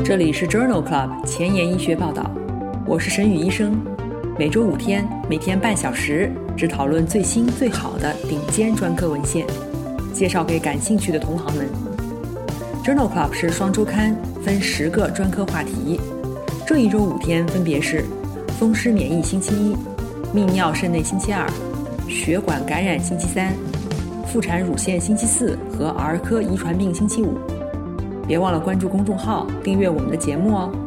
这里是 Journal Club 前沿医学报道，我是沈宇医生，每周5天，每天半小时，只讨论最新最好的顶尖专科文献，介绍给感兴趣的同行们。Journal Club 是双周刊，分10个专科话题，这一周5天分别是风湿免疫星期一、泌尿肾内星期二、血管感染星期三、妇产乳腺星期四和儿科遗传病星期五。别忘了关注公众号，订阅我们的节目哦。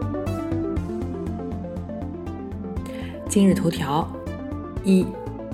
今日头条： 1.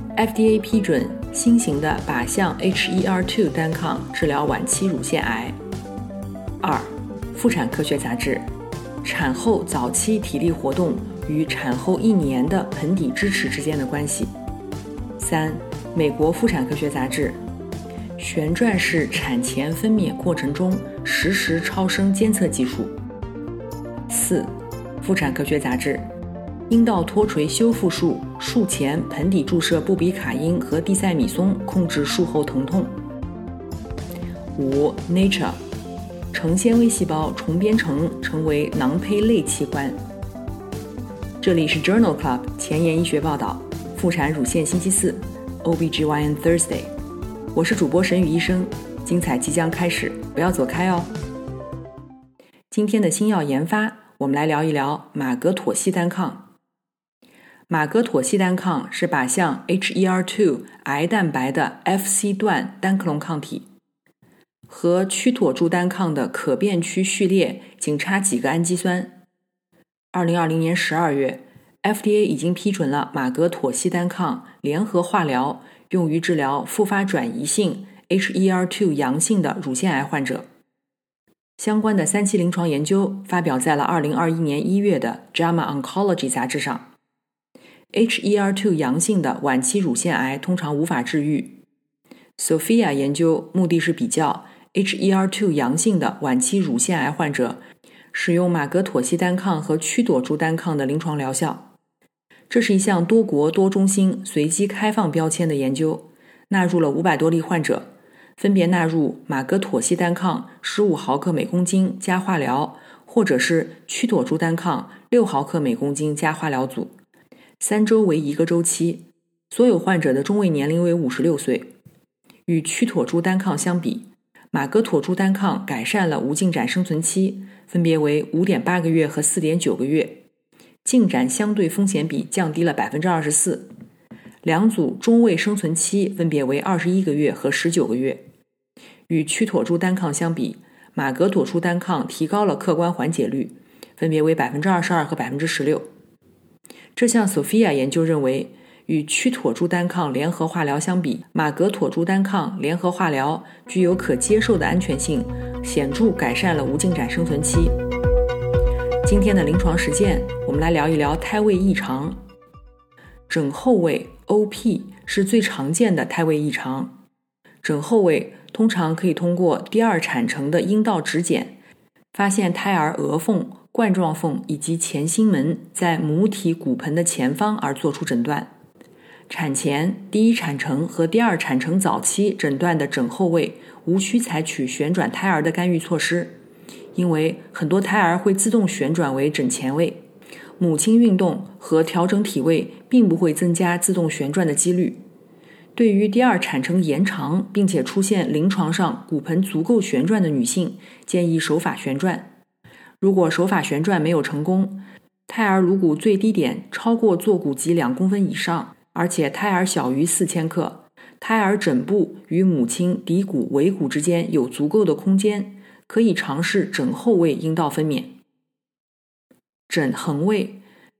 FDA 批准新型的靶向 HER2 单抗治疗晚期乳腺癌。2. 妇产科学杂志：产后早期体力活动与产后1年的盆底支持之间的关系。3. 美国妇产科学杂志：旋转式产前分娩过程中实时超声监测技术。4. 妇产科学杂志：阴道脱垂修复术术前盆底注射布比卡因和地塞米松控制术后疼痛。5. Nature： 成纤维细胞重编程成为囊胚类器官。这里是 Journal Club 前沿医学报道，妇产乳腺星期四 OBGYN Thursday，我是主播沈宇医生，精彩即将开始，不要走开哦。今天的新药研发，我们来聊一聊马格妥昔单抗。马格妥昔单抗是靶向 HER2 癌蛋白的 Fc 段单克隆抗体，和曲妥珠单抗的可变区序列仅差几个氨基酸。2020年12月 FDA 已经批准了马格妥昔单抗联合化疗，用于治疗复发转移性 HER2 阳性的乳腺癌患者。相关的3期临床研究发表在了2021年1月的 JAMA Oncology 杂志上。HER2 阳性的晚期乳腺癌通常无法治愈。SOPHIA 研究目的是比较 HER2 阳性的晚期乳腺癌患者使用马格妥昔单抗和曲妥珠单抗的临床疗效。这是一项多国多中心随机开放标签的研究，纳入了500多例患者，分别纳入马格妥昔单抗15毫克每公斤加化疗，或者是曲妥珠单抗6毫克每公斤加化疗组，3周为1个周期，所有患者的中位年龄为56岁。与曲妥珠单抗相比，马格妥珠单抗改善了无进展生存期，分别为 5.8 个月和 4.9 个月，进展相对风险比降低了 24%， 两组中位生存期分别为21个月和19个月。与曲妥珠单抗相比，马格妥珠单抗提高了客观缓解率，分别为 22% 和 16%。 这项 SOPHIA 研究认为，与曲妥珠单抗联合化疗相比，马格妥珠单抗联合化疗具有可接受的安全性，显著改善了无进展生存期。今天的临床实践，我们来聊一聊胎位异常。枕后位 OP 是最常见的胎位异常。枕后位通常可以通过第二产程的阴道指检，发现胎儿额缝、冠状缝以及前心门在母体骨盆的前方而做出诊断。产前、第一产程和第二产程早期诊断的枕后位无需采取旋转胎儿的干预措施，因为很多胎儿会自动旋转为枕前位，母亲运动和调整体位并不会增加自动旋转的几率。对于第二产程延长并且出现临床上骨盆足够旋转的女性，建议手法旋转。如果手法旋转没有成功，胎儿颅骨最低点超过坐骨肌2公分以上，而且胎儿小于4000克，胎儿枕部与母亲骶骨尾骨之间有足够的空间，可以尝试枕后位阴道分娩。枕横位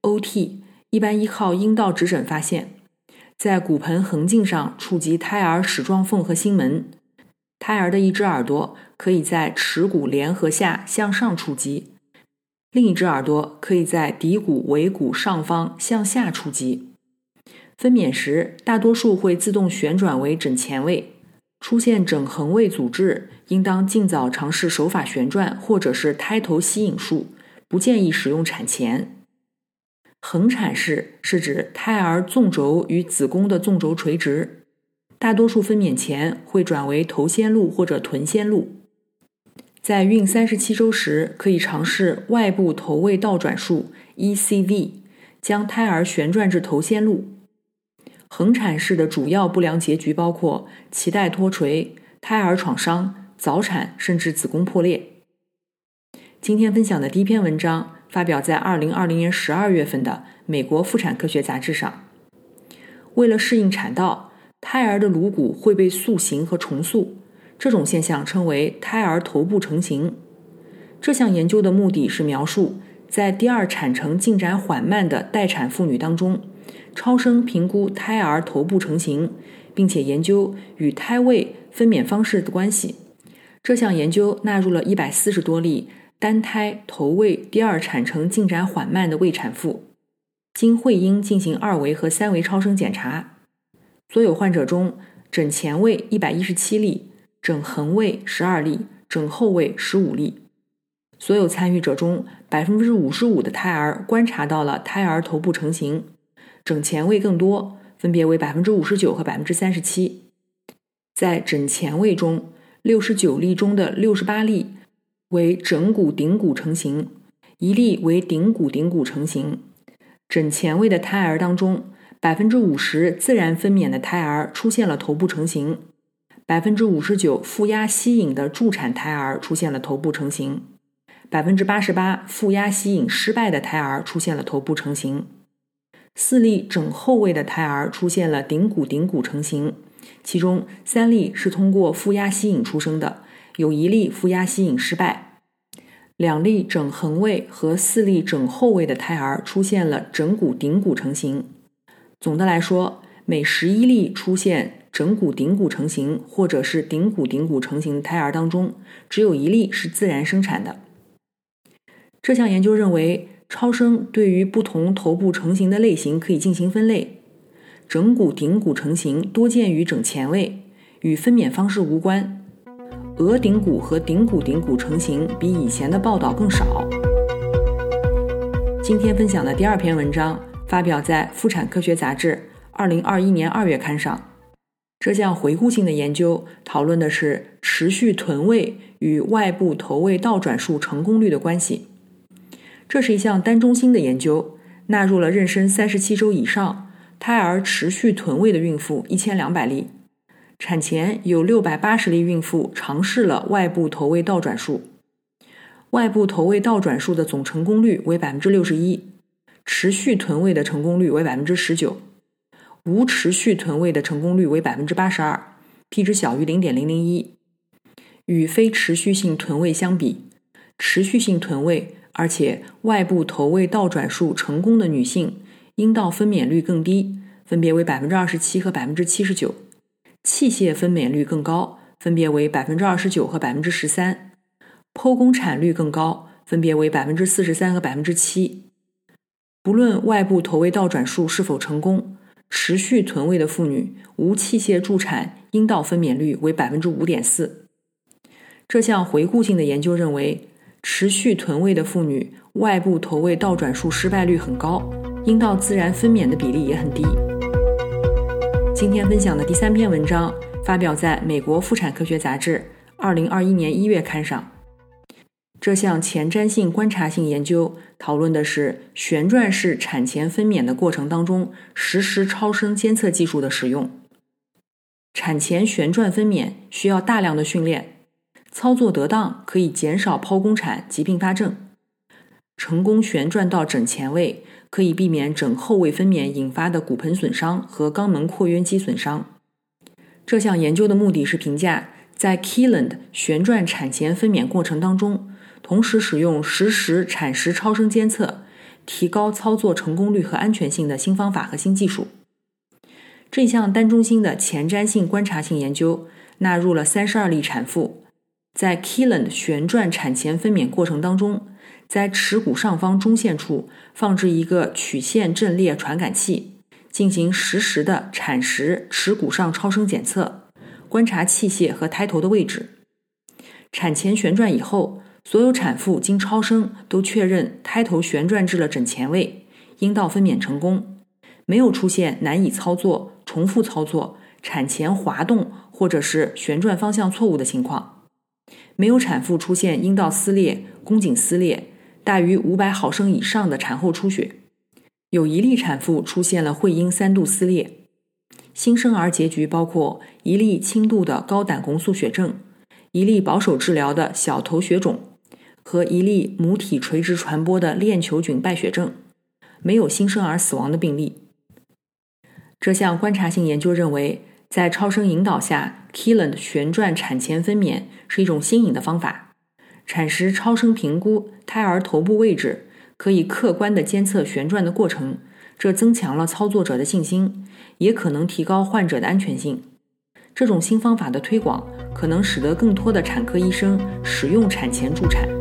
OT 一般依靠阴道指诊发现，在骨盆横径上触及胎儿矢状缝和心门，胎儿的一只耳朵可以在耻骨联合下向上触及，另一只耳朵可以在骶骨尾骨上方向下触及。分娩时大多数会自动旋转为枕前位，出现枕横位阻滞，应当尽早尝试手法旋转或者是胎头吸引术，不建议使用产前。横产式是指胎儿纵轴与子宫的纵轴垂直，大多数分娩前会转为头先路或者臀先路。 在孕37周时，可以尝试外部头位倒转术 ECV， 将胎儿旋转至头先路。横产式的主要不良结局包括脐带脱垂、胎儿创伤、早产甚至子宫破裂。今天分享的第一篇文章发表在2020年12月份的美国妇产科学杂志上。为了适应产道，胎儿的颅骨会被塑形和重塑，这种现象称为胎儿头部成型。这项研究的目的是描述在第二产程进展缓慢的待产妇女当中，超声评估胎儿头部成型，并且研究与胎位分娩方式的关系。这项研究纳入了140多例单胎头位第二产程进展缓慢的未产妇，经会阴进行2维和3维超声检查。所有患者中，枕前位117例，枕横位12例，枕后位15例。所有参与者中 55% 的胎儿观察到了胎儿头部成型，枕前位更多，分别为 59% 和 37%。 在枕前位中，69例中的68例为枕骨顶骨成型，1例为顶骨顶骨成型。枕前位的胎儿当中，50%自然分娩的胎儿出现了头部成型，59%负压吸引的助产胎儿出现了头部成型，88%负压吸引失败的胎儿出现了头部成型。4例枕后位的胎儿出现了顶骨顶骨成型，其中3例是通过负压吸引出生的，有1例负压吸引失败。2例枕横位和4例枕后位的胎儿出现了枕骨顶骨成型。总的来说，每11例出现枕骨顶骨成型或者是顶骨顶骨成型的胎儿当中，只有1例是自然生产的。这项研究认为，超声对于不同头部成型的类型可以进行分类。枕骨顶骨成型多见于枕前位，与分娩方式无关。额顶骨和顶骨顶骨成型比以前的报道更少。今天分享的第二篇文章发表在《妇产科学杂志》2021年2月刊上。这项回顾性的研究讨论的是持续臀位与外部头位倒转术成功率的关系。这是一项单中心的研究，纳入了妊娠37周以上、胎儿持续臀位的孕妇1200例。产前有680例孕妇尝试了外部头位倒转术。外部头位倒转术的总成功率为 61%， 持续臀位的成功率为 19%， 无持续臀位的成功率为 82%， p 值小于 0.001。 与非持续性臀位相比，持续性臀位而且外部头位倒转术成功的女性，阴道分娩率更低，分别为 27% 和 79%， 器械分娩率更高，分别为 29% 和 13%， 剖宫产率更高，分别为 43% 和 7%。 不论外部头位倒转术是否成功，持续臀位的妇女无器械助产阴道分娩率为 5.4%。 这项回顾性的研究认为，持续臀位的妇女外部头位倒转术失败率很高，阴道自然分娩的比例也很低。今天分享的第三篇文章发表在美国妇产科学杂志2021年1月刊上。这项前瞻性观察性研究讨论的是旋转式产前分娩的过程当中实时超声监测技术的使用。产前旋转分娩需要大量的训练，操作得当可以减少剖宫产及并发症。成功旋转到枕前位，可以避免枕后位分娩引发的骨盆损伤和肛门括约肌损伤。这项研究的目的是评价在 Keyland 旋转产前分娩过程当中，同时使用实时产时超声监测，提高操作成功率和安全性的新方法和新技术。这项单中心的前瞻性观察性研究纳入了32例产妇，在 Keyland 旋转产前分娩过程当中，在耻骨上方中线处放置一个曲线阵列传感器，进行实时的产时耻骨上超声检测，观察器械和胎头的位置。产前旋转以后，所有产妇经超声都确认胎头旋转至了枕前位，阴道分娩成功，没有出现难以操作、重复操作、产前滑动或者是旋转方向错误的情况。 没有产妇出现阴道撕裂、宫颈撕裂、大于500毫升以上的产后出血，有一例产妇出现了会阴3度撕裂。新生儿结局包括一例轻度的高胆弓素血症，一例保守治疗的小头血肿和一例母体垂直传播的链球菌败血症，没有新生儿死亡的病例。这项观察性研究认为，在超声引导下 Keeland 旋转产前分娩是一种新颖的方法。产时超声评估胎儿头部位置，可以客观地监测旋转的过程，这增强了操作者的信心，也可能提高患者的安全性。这种新方法的推广可能使得更多的产科医生使用产前助产。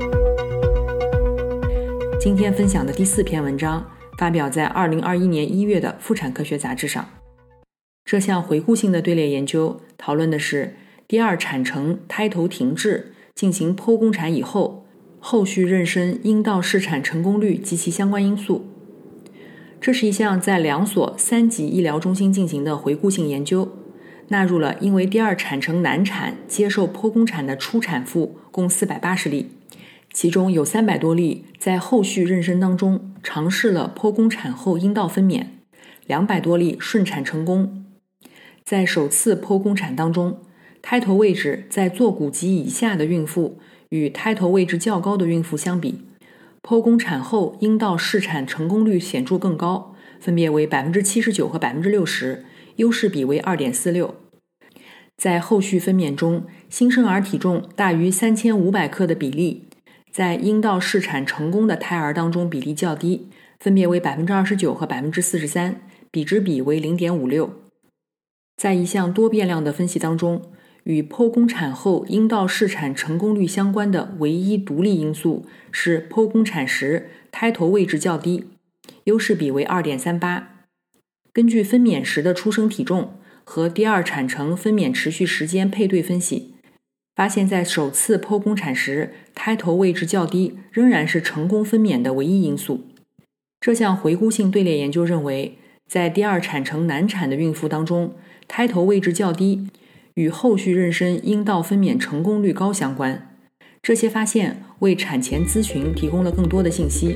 今天分享的第4篇文章发表在2021年1月的《妇产科学杂志》上。这项回顾性的队列研究讨论的是第2产程胎头停滞进行剖宫产以后，后续妊娠阴道试产成功率及其相关因素。这是一项在2所3级医疗中心进行的回顾性研究，纳入了因为第2产程难产接受剖宫产的初产妇共480例，其中有300多例在后续妊娠当中尝试了剖宫产后阴道分娩，200多例顺产成功。在首次剖宫产当中，胎头位置在坐骨及以下的孕妇与胎头位置较高的孕妇相比，剖宫产后阴道试产成功率显著更高，分别为 79% 和 60%， 优势比为 2.46。 在后续分娩中，新生儿体重大于3500克的比例在阴道试产成功的胎儿当中比例较低，分别为 29% 和 43%， 比值比为 0.56。 在一项多变量的分析当中，与剖宫产后阴道试产成功率相关的唯一独立因素是剖宫产时胎头位置较低，优势比为 2.38。 根据分娩时的出生体重和第2产程分娩持续时间配对分析，发现在首次剖宫产时胎头位置较低仍然是成功分娩的唯一因素。这项回顾性队列研究认为，在第2产程难产的孕妇当中，胎头位置较低与后续妊娠阴道分娩成功率高相关。这些发现为产前咨询提供了更多的信息。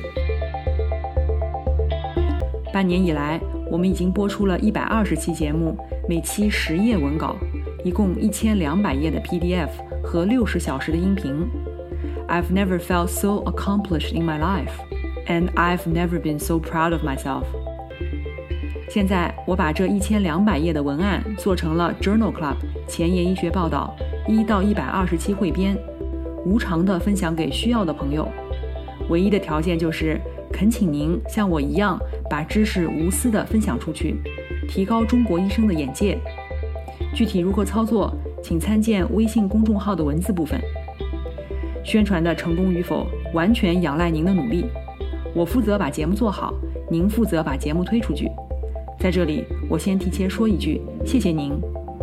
半年以来，我们已经播出了120期节目，每期10页文稿，一共1200页的 PDF 和60小时的音频。I've never felt so accomplished in my life, and I've never been so proud of myself. 现在我把这1200页的文案做成了 Journal Club 前沿医学报道1到120期汇编，无偿的分享给需要的朋友。唯一的条件就是恳请您像我一样把知识无私的分享出去，提高中国医生的眼界。具体如何操作，请参见微信公众号的文字部分。宣传的成功与否完全仰赖您的努力，我负责把节目做好，您负责把节目推出去。在这里，我先提前说一句，谢谢您。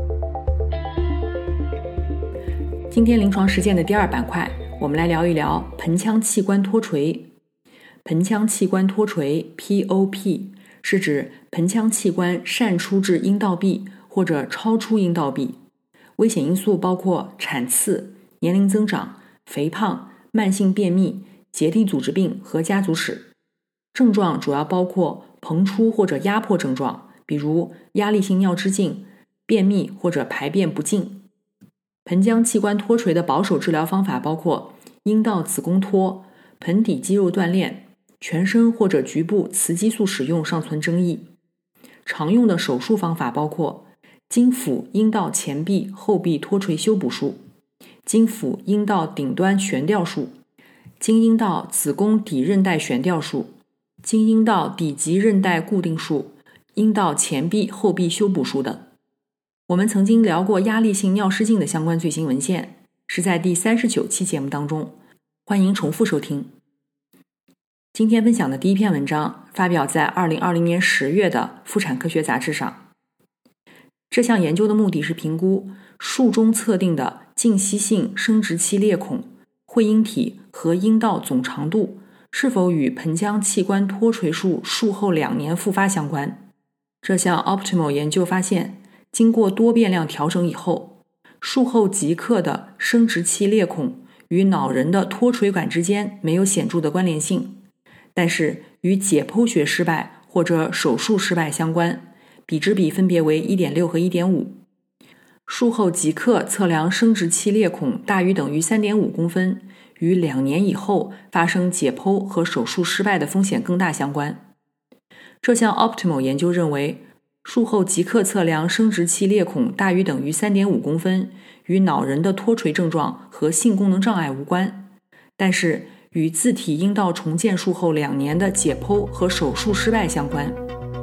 今天临床实践的第2板块，我们来聊一聊盆腔器官脱垂。盆腔器官脱垂 POP 是指盆腔器官疝出至阴道壁或者超出阴道壁，危险因素包括产次、年龄增长、肥胖、慢性便秘、结缔组织病和家族史。症状主要包括膨出或者压迫症状，比如压力性尿失禁、便秘或者排便不尽。盆腔器官脱垂的保守治疗方法包括阴道子宫脱、盆底肌肉锻炼，全身或者局部雌激素使用尚存争议。常用的手术方法包括经腹阴道前壁后壁脱垂修补术、经腹阴道顶端悬吊术、经阴道子宫底韧带悬吊术、经阴道底极韧带固定术、阴道前壁后壁修补术等。我们曾经聊过压力性尿失禁的相关最新文献，是在第39期节目当中，欢迎重复收听。今天分享的第1篇文章发表在2020年10月的《妇产科学杂志》上。这项研究的目的是评估术中测定的静息性生殖器裂孔、会阴体和阴道总长度是否与盆腔器官脱垂术术后2年复发相关。这项 Optimal 研究发现，经过多变量调整以后，术后即刻的生殖器裂孔与脑仁的脱垂感之间没有显著的关联性，但是与解剖学失败或者手术失败相关，比值比分别为 1.6 和 1.5。术后即刻测量生殖器裂孔大于等于 3.5 公分，与2年以后发生解剖和手术失败的风险更大相关。这项 Optimal 研究认为，术后即刻测量生殖器裂孔大于等于 3.5 公分，与脑仁的脱垂症状和性功能障碍无关，但是与自体阴道重建术后2年的解剖和手术失败相关。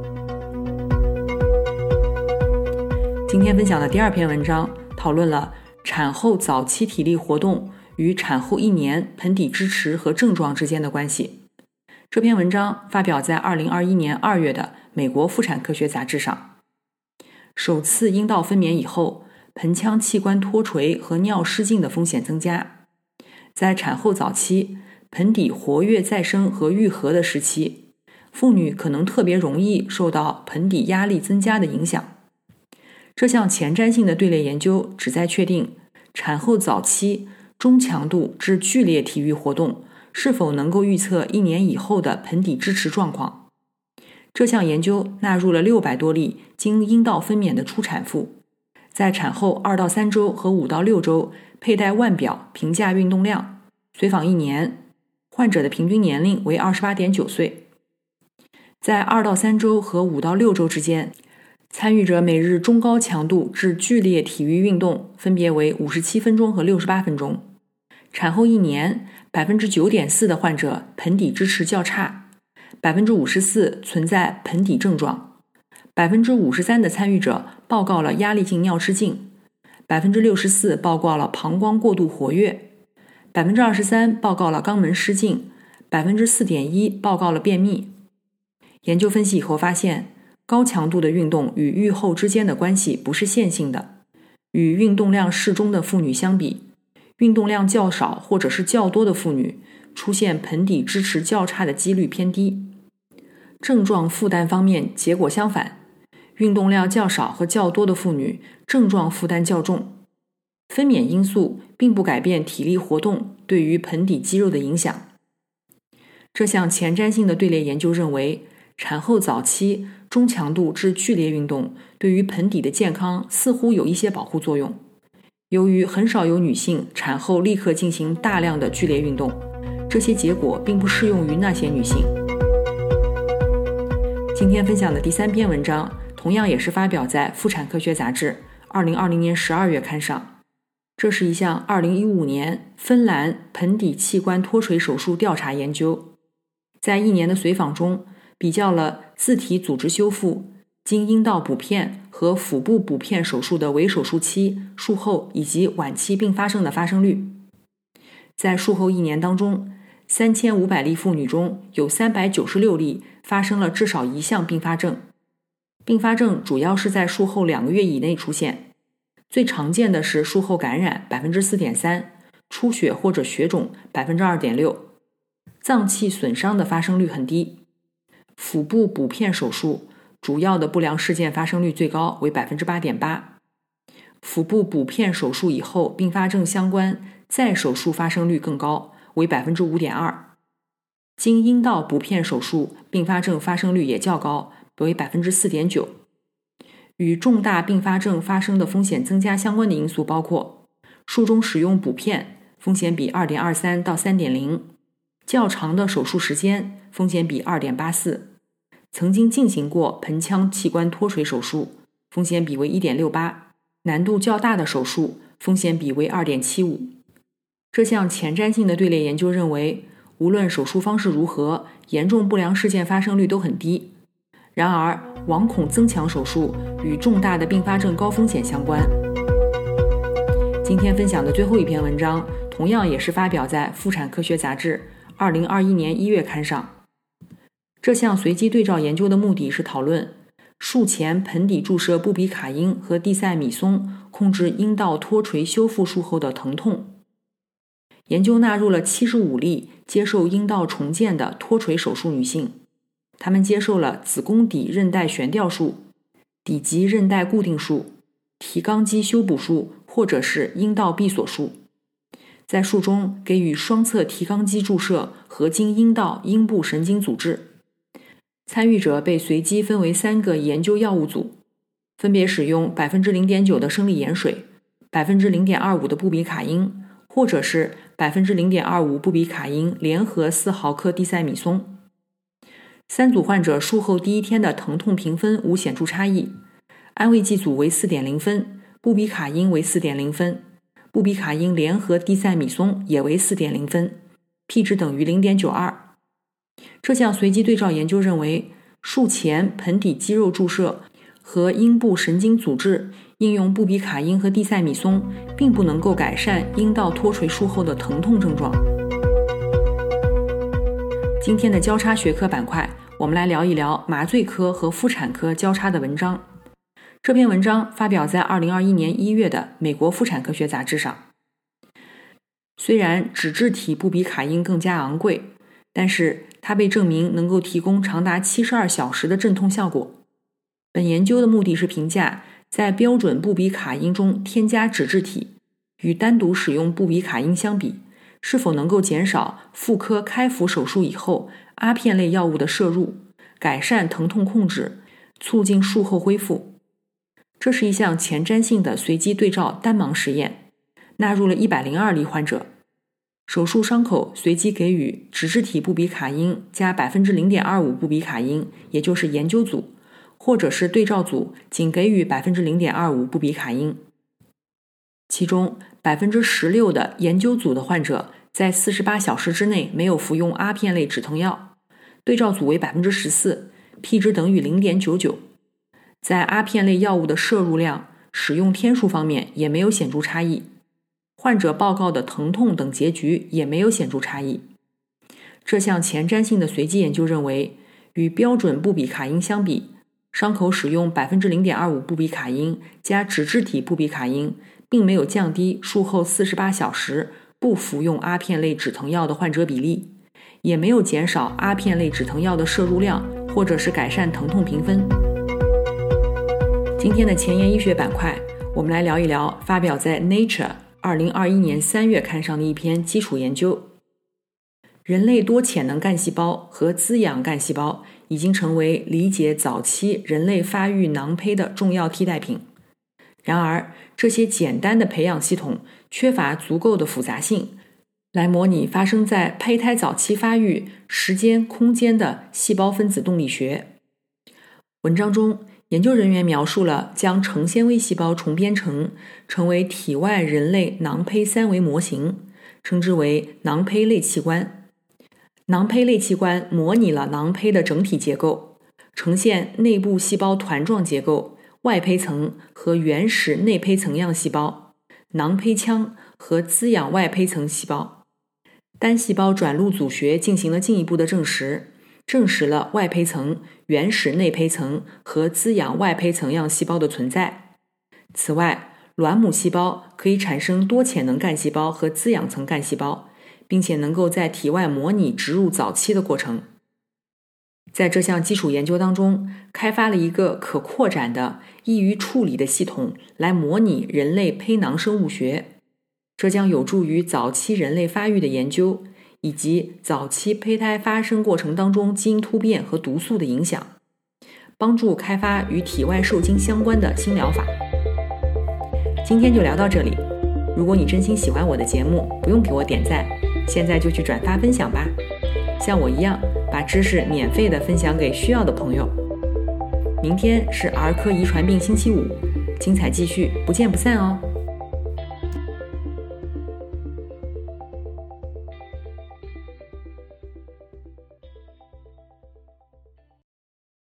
今天分享的第2篇文章讨论了产后早期体力活动与产后1年盆底支持和症状之间的关系。这篇文章发表在2021年2月的美国妇产科学杂志上。首次阴道分娩以后，盆腔器官脱垂和尿失禁的风险增加。在产后早期，盆底活跃再生和愈合的时期，妇女可能特别容易受到盆底压力增加的影响。这项前瞻性的队列研究旨在确定产后早期中强度至剧烈体育活动是否能够预测1年以后的盆底支持状况。这项研究纳入了600多例经阴道分娩的初产妇，在产后2到3周和5到6周佩戴腕表评价运动量，随访1年，患者的平均年龄为 28.9 岁。在2到3周和5到6周之间，参与者每日中高强度至剧烈体育运动分别为57分钟和68分钟。产后1年 9.4% 的患者盆底支持较差， 54% 存在盆底症状， 53% 的参与者报告了压力性尿失禁， 64% 报告了膀胱过度活跃， 23% 报告了肛门失禁， 4.1% 报告了便秘。研究分析以后发现，高强度的运动与预后之间的关系不是线性的，与运动量适中的妇女相比，运动量较少或者是较多的妇女出现盆底支持较差的几率偏低。症状负担方面结果相反，运动量较少和较多的妇女症状负担较重。分娩因素并不改变体力活动对于盆底肌肉的影响。这项前瞻性的队列研究认为，产后早期中强度至剧烈运动对于盆底的健康似乎有一些保护作用。由于很少有女性产后立刻进行大量的剧烈运动，这些结果并不适用于那些女性。今天分享的第3篇文章同样也是发表在妇产科学杂志2020年12月刊上。这是一项2015年芬兰盆底器官脱垂手术调查研究，在1年的随访中比较了自体组织修复、经阴道补片和腹部补片手术的围手术期、术后以及晚期并发症的发生率。在术后1年当中，3500例妇女中有396例发生了至少1项并发症。并发症主要是在术后2个月以内出现，最常见的是术后感染 4.3%， 出血或者血肿 2.6%， 脏器损伤的发生率很低。腹部补片手术主要的不良事件发生率最高为 8.8%。 腹部补片手术以后并发症相关再手术发生率更高为 5.2%。 经阴道补片手术并发症发生率也较高为 4.9%。 与重大并发症发生的风险增加相关的因素包括术中使用补片，风险比 2.23 到 3.0， 较长的手术时间，风险比 2.84， 曾经进行过盆腔器官脱垂手术，风险比为 1.68， 难度较大的手术，风险比为 2.75。 这项前瞻性的队列研究认为，无论手术方式如何，严重不良事件发生率都很低。然而，网孔增强手术与重大的并发症高风险相关。今天分享的最后一篇文章，同样也是发表在《妇产科学杂志》2021年1月刊上。这项随机对照研究的目的是讨论术前盆底注射布比卡因和地塞米松控制阴道脱垂修复术后的疼痛。研究纳入了75例接受阴道重建的脱垂手术女性，她们接受了子宫底韧带悬吊术、底极韧带固定术、提肛肌修补术或者是阴道闭锁术。 在术中给予双侧提肛肌注射和经阴道阴部神经阻滞。参与者被随机分为3个研究药物组，分别使用 0.9% 的生理盐水、0.25% 的布比卡因，或者是 0.25% 布比卡因联合4毫克地塞米松。3组患者术后第1天的疼痛评分无显著差异，安慰剂组为 4.0 分，布比卡因为 4.0 分，布比卡因联合地塞米松也为 4.0 分， P 值等于 0.92。 这项随机对照研究认为，术前盆底肌肉注射和阴部神经阻滞应用布比卡因和地塞米松并不能够改善阴道脱垂术后的疼痛症状。今天的交叉学科板块，我们来聊一聊麻醉科和妇产科交叉的文章。这篇文章发表在2021年1月的美国妇产科学杂志上。虽然脂质体布比卡因更加昂贵，但是它被证明能够提供长达72小时的镇痛效果。本研究的目的是评价在标准布比卡因中添加脂质体与单独使用布比卡因相比，是否能够减少妇科开腹手术以后阿片类药物的摄入，改善疼痛控制，促进术后恢复。这是一项前瞻性的随机对照单盲实验，纳入了102例患者。手术伤口随机给予脂质体布比卡因加 0.25% 布比卡因，也就是研究组，或者是对照组仅给予 0.25% 布比卡因。其中 16% 的研究组的患者在48小时之内没有服用阿片类止疼药，对照组为 14%， P 值等于 0.99。 在阿片类药物的摄入量、使用天数方面也没有显著差异，患者报告的疼痛等结局也没有显著差异。这项前瞻性的随机研究认为，与标准布比卡因相比，伤口使用 0.25% 布比卡因加脂质体布比卡因并没有降低术后48小时不服用阿片类止疼药的患者比例，也没有减少阿片类止疼药的摄入量，或者是改善疼痛评分。今天的前沿医学板块，我们来聊一聊发表在 Nature 2021年3月刊上的一篇基础研究。人类多潜能干细胞和滋养干细胞已经成为理解早期人类发育囊胚的重要替代品。然而，这些简单的培养系统缺乏足够的复杂性，来模拟发生在胚胎早期发育时间、空间的细胞分子动力学。文章中，研究人员描述了将成纤维细胞重编成为体外人类囊胚3维模型，称之为囊胚类器官。囊胚类器官模拟了囊胚的整体结构，呈现内部细胞团状结构、外胚层和原始内胚层样细胞、囊胚腔和滋养外胚层细胞。单细胞转录组学进行了进一步的证实了外胚层、原始内胚层和滋养外胚层样细胞的存在。此外，卵母细胞可以产生多潜能干细胞和滋养层干细胞，并且能够在体外模拟植入早期的过程。在这项基础研究当中，开发了一个可扩展的、易于处理的系统来模拟人类胚囊生物学，这将有助于早期人类发育的研究，以及早期胚胎发生过程当中基因突变和毒素的影响，帮助开发与体外受精相关的新疗法。今天就聊到这里，如果你真心喜欢我的节目，不用给我点赞，现在就去转发分享吧，像我一样把知识免费的分享给需要的朋友。明天是儿科遗传病星期5，精彩继续，不见不散哦。